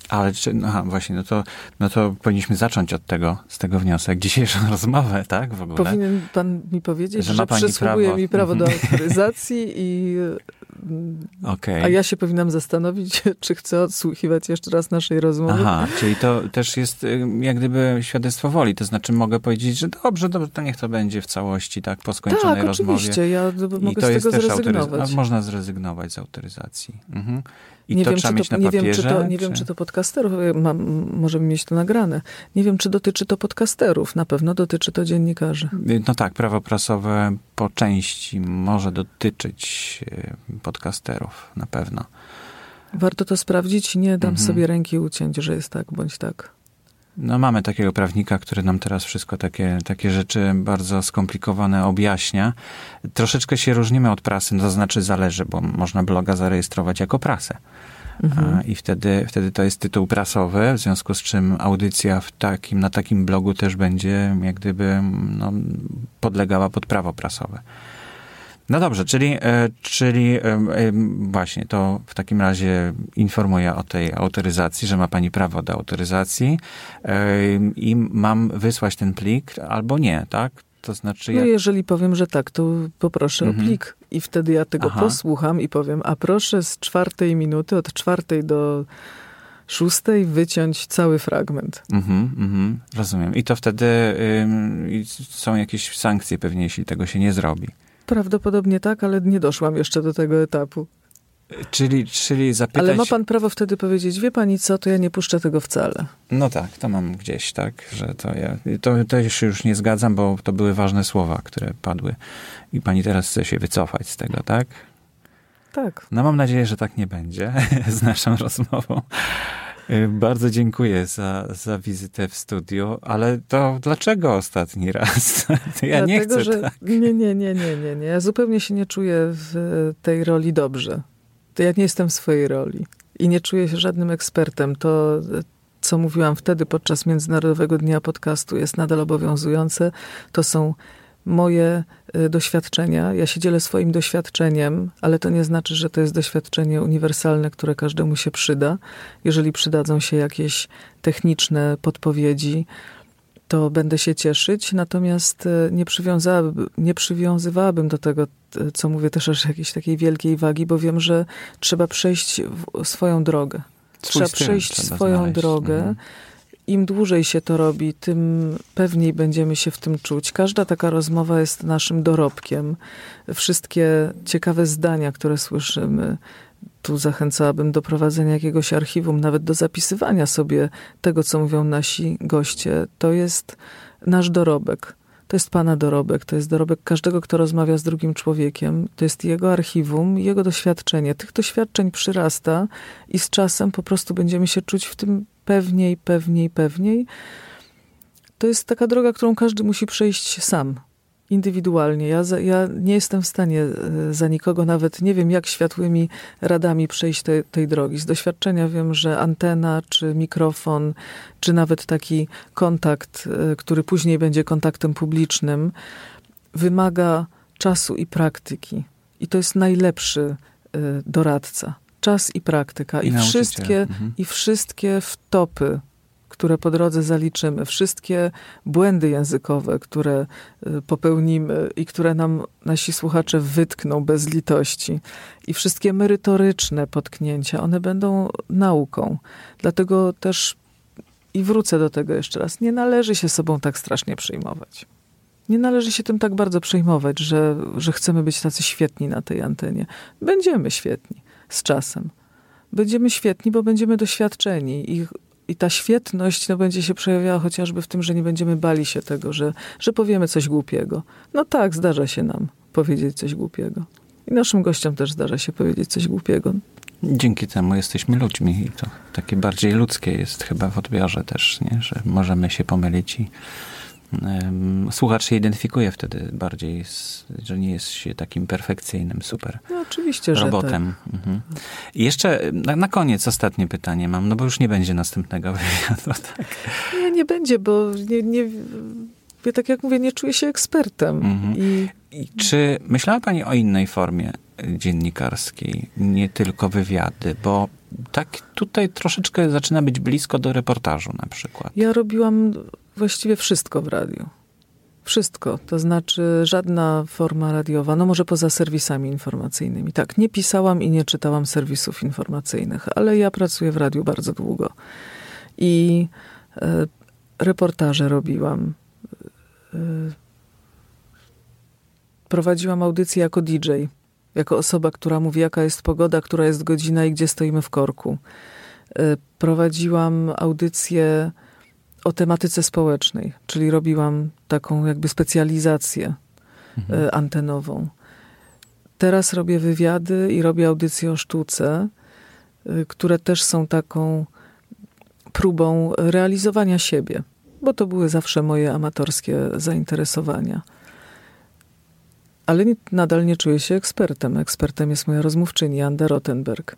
B: Ale czy, aha, właśnie, no to, no to powinniśmy zacząć od tego, z tego wniosek, dzisiejszą rozmowę, tak, w ogóle?
C: Powinien pan mi powiedzieć, że,
B: że
C: przysługuje
B: prawo.
C: mi prawo do autoryzacji i
B: okay.
C: a ja się powinnam zastanowić, czy chcę odsłuchiwać jeszcze raz naszej rozmowy.
B: Aha, czyli to też jest jak gdyby świadectwo woli, to znaczy mogę powiedzieć, że dobrze, dobrze, to niech to będzie w całości, tak, po skończonej
C: tak,
B: rozmowie.
C: Tak, oczywiście, ja mogę
B: I to
C: z
B: jest
C: tego
B: też
C: zrezygnować.
B: Autoryz- można zrezygnować z autoryzacji. Mhm. I
C: nie
B: to
C: wiem,
B: trzeba
C: czy
B: mieć
C: to,
B: na
C: nie
B: papierze?
C: wiem, czy to, nie
B: czy...
C: wiem, czy to podcasterów, mam, możemy mieć to nagrane. Nie wiem, czy dotyczy to podcasterów. Na pewno dotyczy to dziennikarzy.
B: No tak, prawo prasowe po części może dotyczyć podcasterów, na pewno.
C: Warto to sprawdzić. Nie dam
B: mhm.
C: sobie ręki uciąć, że jest tak bądź tak.
B: No mamy takiego prawnika, który nam teraz wszystko takie, takie rzeczy bardzo skomplikowane objaśnia. Troszeczkę się różnimy od prasy, no to znaczy zależy, bo można bloga zarejestrować jako prasę. Mhm. A, I wtedy, wtedy to jest tytuł prasowy, w związku z czym audycja w takim, na takim blogu też będzie jak gdyby no, podlegała pod prawo prasowe. No dobrze, czyli, czyli właśnie to w takim razie informuję o tej autoryzacji, że ma pani prawo do autoryzacji i mam wysłać ten plik albo nie, tak? To znaczy...
C: No
B: jak...
C: jeżeli powiem, że tak, to poproszę
B: mhm.
C: o plik i wtedy ja tego Aha. posłucham i powiem, a proszę z czwartej minuty, od czwartej do szóstej wyciąć cały fragment.
B: Mhm, mhm, rozumiem. I to wtedy ym, są jakieś sankcje pewnie, jeśli tego się nie zrobi.
C: Prawdopodobnie tak, ale nie doszłam jeszcze do tego etapu.
B: Czyli, czyli zapytać...
C: Ale ma pan prawo wtedy powiedzieć, wie pani co, to ja nie puszczę tego wcale.
B: No tak, to mam gdzieś, tak, że to ja... To, to się już nie zgadzam, bo to były ważne słowa, które padły. I pani teraz chce się wycofać z tego, tak?
C: Tak.
B: No mam nadzieję, że tak nie będzie z naszą rozmową. Bardzo dziękuję za, za wizytę w studiu, ale to dlaczego ostatni raz? Ja
C: Dlatego,
B: nie chcę
C: że
B: tak.
C: Nie, nie, nie, nie, nie, nie. Ja zupełnie się nie czuję w tej roli dobrze. To ja nie jestem w swojej roli i nie czuję się żadnym ekspertem. To, co mówiłam wtedy podczas Międzynarodowego Dnia Podcastu, jest nadal obowiązujące. To są moje doświadczenia. Ja się dzielę swoim doświadczeniem, ale to nie znaczy, że to jest doświadczenie uniwersalne, które każdemu się przyda. Jeżeli przydadzą się jakieś techniczne podpowiedzi, to będę się cieszyć. Natomiast nie, nie przywiązywałabym do tego, co mówię, też aż jakiejś takiej wielkiej wagi, bo wiem, że trzeba przejść swoją drogę.
B: Swój
C: trzeba przejść
B: trzeba
C: swoją
B: znaleźć.
C: drogę. Mhm. Im dłużej się to robi, tym pewniej będziemy się w tym czuć. Każda taka rozmowa jest naszym dorobkiem. Wszystkie ciekawe zdania, które słyszymy, tu zachęcałabym do prowadzenia jakiegoś archiwum, nawet do zapisywania sobie tego, co mówią nasi goście. To jest nasz dorobek. To jest pana dorobek. To jest dorobek każdego, kto rozmawia z drugim człowiekiem. To jest jego archiwum, jego doświadczenie. Tych doświadczeń przyrasta i z czasem po prostu będziemy się czuć w tym pewniej, pewniej, pewniej. To jest taka droga, którą każdy musi przejść sam, indywidualnie. Ja, za, ja nie jestem w stanie za nikogo, nawet nie wiem, jak światłymi radami przejść te, tej drogi. Z doświadczenia wiem, że antena, czy mikrofon, czy nawet taki kontakt, który później będzie kontaktem publicznym, wymaga czasu i praktyki. I to jest najlepszy doradca. Czas i praktyka. I, I wszystkie, mhm. i wszystkie wtopy, które po drodze zaliczymy, wszystkie błędy językowe, które popełnimy i które nam nasi słuchacze wytkną bez litości, i wszystkie merytoryczne potknięcia, one będą nauką. Dlatego też, i wrócę do tego jeszcze raz, nie należy się sobą tak strasznie przejmować. Nie należy się tym tak bardzo przejmować, że, że chcemy być tacy świetni na tej antenie. Będziemy świetni z czasem. Będziemy świetni, bo będziemy doświadczeni i I ta świetność no, będzie się przejawiała chociażby w tym, że nie będziemy bali się tego, że, że powiemy coś głupiego. No tak, zdarza się nam powiedzieć coś głupiego. I naszym gościom też zdarza się powiedzieć coś głupiego.
B: Dzięki temu jesteśmy ludźmi i to takie bardziej ludzkie jest chyba w odbiorze też, nie? Że możemy się pomylić i um, słuchacz się identyfikuje wtedy bardziej, z, że nie jest się takim perfekcyjnym super
C: no, oczywiście,
B: robotem.
C: Że tak.
B: Mhm. I jeszcze na, na koniec ostatnie pytanie mam, no bo już nie będzie następnego wywiadu. Tak?
C: Nie, nie będzie, bo nie, nie, ja tak jak mówię, nie czuję się ekspertem. Mhm. I...
B: I czy myślała pani o innej formie dziennikarskiej, nie tylko wywiady, bo tak tutaj troszeczkę zaczyna być blisko do reportażu na przykład.
C: Ja robiłam właściwie wszystko w radiu. Wszystko. To znaczy żadna forma radiowa, no może poza serwisami informacyjnymi. Tak, nie pisałam i nie czytałam serwisów informacyjnych, ale ja pracuję w radiu bardzo długo. I e, reportaże robiłam. E, prowadziłam audycję jako D J. Jako osoba, która mówi, jaka jest pogoda, która jest godzina i gdzie stoimy w korku. Prowadziłam audycję o tematyce społecznej, czyli robiłam taką jakby specjalizację mhm. antenową. Teraz robię wywiady i robię audycje o sztuce, które też są taką próbą realizowania siebie, bo to były zawsze moje amatorskie zainteresowania. Ale nie, nadal nie czuję się ekspertem. Ekspertem jest moja rozmówczyni, Anda Rothenberg.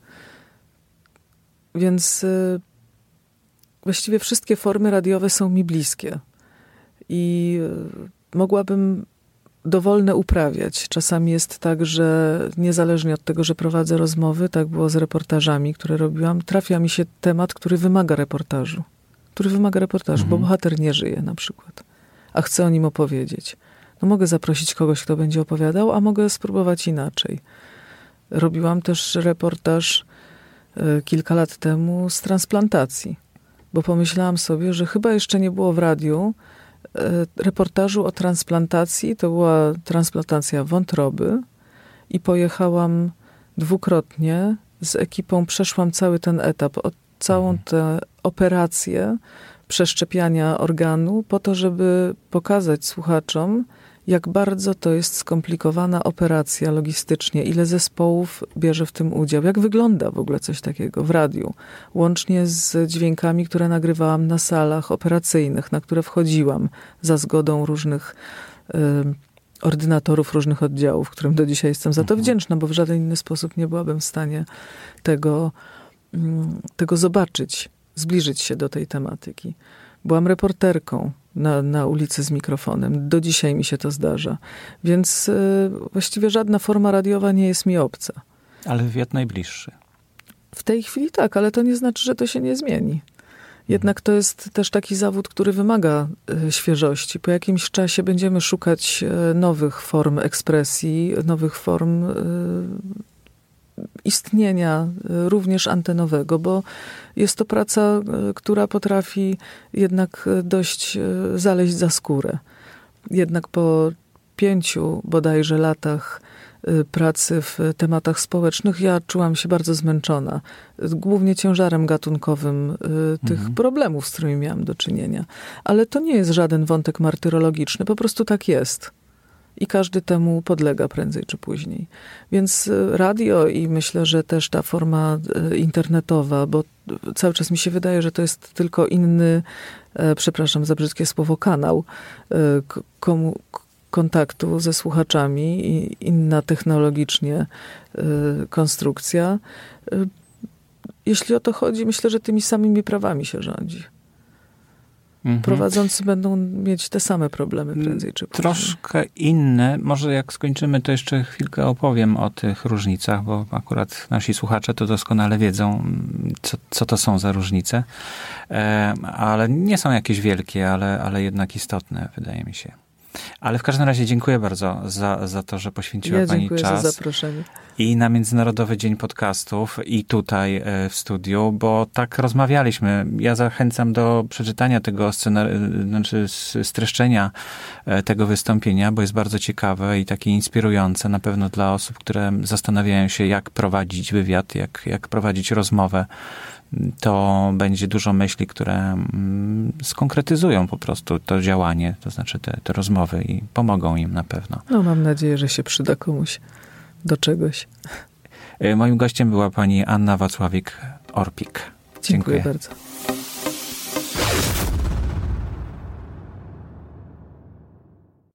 C: Więc y, właściwie wszystkie formy radiowe są mi bliskie. I y, mogłabym dowolne uprawiać. Czasami jest tak, że niezależnie od tego, że prowadzę rozmowy, tak było z reportażami, które robiłam, trafia mi się temat, który wymaga reportażu. Który wymaga reportażu, mhm. bo bohater nie żyje na przykład. A chcę o nim opowiedzieć. No mogę zaprosić kogoś, kto będzie opowiadał, a mogę spróbować inaczej. Robiłam też reportaż y, kilka lat temu z transplantacji, bo pomyślałam sobie, że chyba jeszcze nie było w radiu y, reportażu o transplantacji. To była transplantacja wątroby i pojechałam dwukrotnie z ekipą, przeszłam cały ten etap, o, całą tę operację przeszczepiania organu po to, żeby pokazać słuchaczom, jak bardzo to jest skomplikowana operacja logistycznie, ile zespołów bierze w tym udział, jak wygląda w ogóle coś takiego w radiu, łącznie z dźwiękami, które nagrywałam na salach operacyjnych, na które wchodziłam za zgodą różnych y, ordynatorów różnych oddziałów, którym do dzisiaj jestem za to wdzięczna, bo w żaden inny sposób nie byłabym w stanie tego, y, tego zobaczyć, zbliżyć się do tej tematyki. Byłam reporterką na, na ulicy z mikrofonem. Do dzisiaj mi się to zdarza. Więc y, właściwie żadna forma radiowa nie jest mi obca.
B: Ale wywiad najbliższy.
C: W tej chwili tak, ale to nie znaczy, że to się nie zmieni. Jednak to jest też taki zawód, który wymaga y, świeżości. Po jakimś czasie będziemy szukać y, nowych form ekspresji, nowych form y, istnienia również antenowego, bo jest to praca, która potrafi jednak dość zaleźć za skórę. Jednak po pięciu bodajże latach pracy w tematach społecznych ja czułam się bardzo zmęczona. Głównie ciężarem gatunkowym tych mhm. problemów, z którymi miałam do czynienia. Ale to nie jest żaden wątek martyrologiczny, po prostu tak jest. I każdy temu podlega prędzej czy później. Więc radio i myślę, że też ta forma internetowa, bo cały czas mi się wydaje, że to jest tylko inny, przepraszam za brzydkie słowo, kanał komu, kontaktu ze słuchaczami i inna technologicznie konstrukcja. Jeśli o to chodzi, myślę, że tymi samymi prawami się rządzi. Mhm. Prowadzący będą mieć te same problemy prędzej czy później.
B: Troszkę inne. Może jak skończymy, to jeszcze chwilkę opowiem o tych różnicach, bo akurat nasi słuchacze to doskonale wiedzą, co, co to są za różnice. E, ale nie są jakieś wielkie, ale, ale jednak istotne, wydaje mi się. Ale w każdym razie dziękuję bardzo za, za to, że poświęciła
C: ja
B: Pani czas.
C: Dziękuję za zaproszenie.
B: I na Międzynarodowy Dzień Podcastów, i tutaj w studiu, bo tak rozmawialiśmy. Ja zachęcam do przeczytania tego scenariusza, znaczy streszczenia tego wystąpienia, bo jest bardzo ciekawe i takie inspirujące na pewno dla osób, które zastanawiają się, jak prowadzić wywiad, jak, jak prowadzić rozmowę. To będzie dużo myśli, które skonkretyzują po prostu to działanie, to znaczy te, te rozmowy i pomogą im na pewno.
C: No mam nadzieję, że się przyda komuś do czegoś.
B: Moim gościem była pani Anna Wacławik-Orpik.
C: Dziękuję, Dziękuję bardzo.